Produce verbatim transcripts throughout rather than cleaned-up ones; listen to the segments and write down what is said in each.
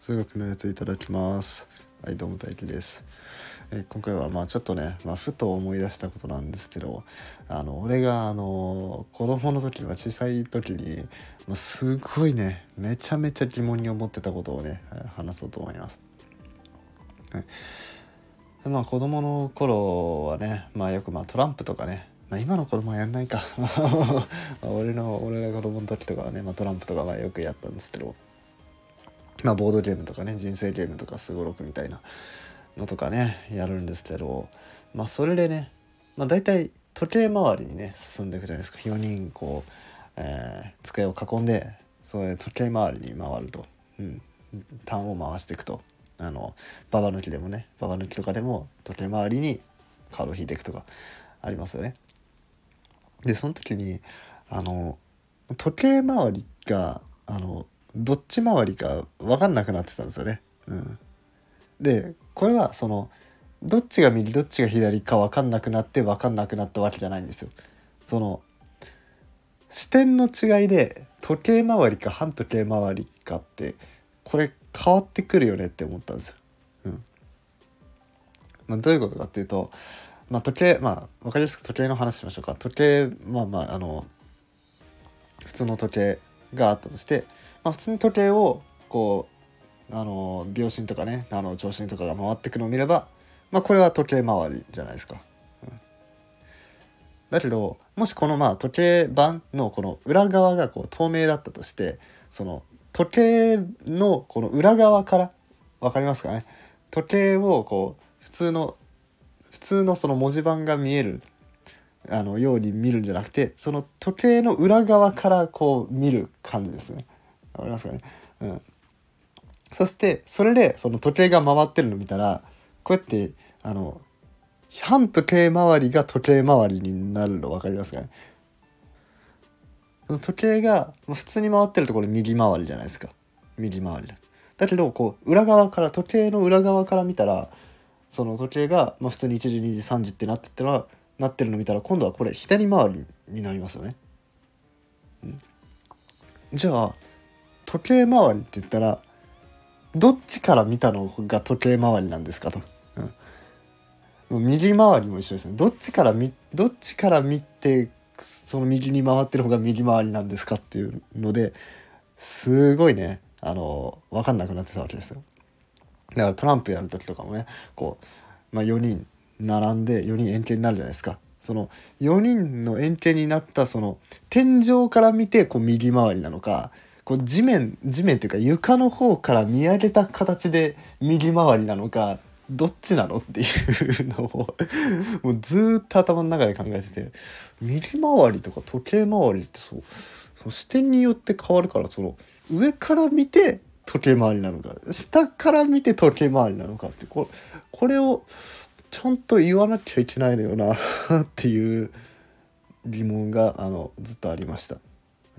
数学のやついただきます。はい、どうも大輝です。え今回はまあちょっとね、まあ、ふと思い出したことなんですけど、あの俺があの子供の時は小さい時に、まあ、すごいねめちゃめちゃ疑問に思ってたことをね話そうと思います。はい、でまあ子供の頃はね、まあよくまあトランプとかね、まあ、今の子供はやんないか俺の俺が子供の時とかはね、まあ、トランプとかはよくやったんですけど、まあボードゲームとかね、人生ゲームとかスゴロクみたいなのとかねやるんですけど、まあそれでね、まあ大体時計回りにね進んでいくじゃないですか。よにんこう、えー、机を囲んでそれ時計回りに回ると、うん、ターンを回していくと、あのババ抜きでもね、ババ抜きとかでも時計回りにカードを引いていくとかありますよね。でその時にあの時計回りがあのどっち回りか分かんなくなってたんですよね。うん、でこれはそのどっちが右どっちが左か分かんなくなって分かんなくなったわけじゃないんですよ。その視点の違いで時計回りか反時計回りかってこれ変わってくるよねって思ったんですよ。うんまあ、どういうことかっていうと、まあ、時計まあ分かりやすく時計の話しましょうか。時計まあまああの普通の時計があったとして、まあ、普通に時計をこうあの秒針とかね、あの長針とかが回っていくのを見れば、まあこれは時計回りじゃないですか。うん、だけどもしこのまあ時計盤のこの裏側がこう透明だったとして、その時計のこの裏側からわかりますかね。時計をこう普通の普通のその文字盤が見えるあのように見るんじゃなくて、その時計の裏側からこう見る感じですね。わかりますかね。うん。そしてそれでその時計が回ってるのを見たら、こうやってあの反時計回りが時計回りになるの分かりますかね。その時計が普通に回ってるところ右回りじゃないですか。右回りだ。だけどこう裏側から時計の裏側から見たら、その時計がまあ普通にいちじにじさんじってなってったらなってるの見たら、今度はこれ左回りになりますよね。うん、じゃあ時計回りって言ったらどっちから見たのが時計回りなんですかと。うん、右回りも一緒ですね。どっちから見どっちから見てその右に回ってる方が右回りなんですかっていうのですごいね、あの分かんなくなってたわけですよ。だからトランプやる時とかもね、こう、まあ、よにん並んでよにん円形になるじゃないですか。そのよにんの円形になったその天井から見てこう右回りなのか、こう地面地面っていうか床の方から見上げた形で右回りなのか、どっちなのっていうのをもうずっと頭の中で考えてて、右回りとか時計回りってそうその視点によって変わるから、その上から見て時計回りなのか下から見て時計回りなのかって、これこれをちゃんと言わなきゃいけないのよなっていう疑問があのずっとありました。はい、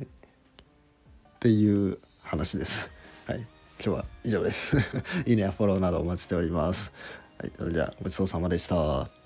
っていう話です。はい、今日は以上です。いいねやフォローなどお待ちしております。はい、それではごちそうさまでした。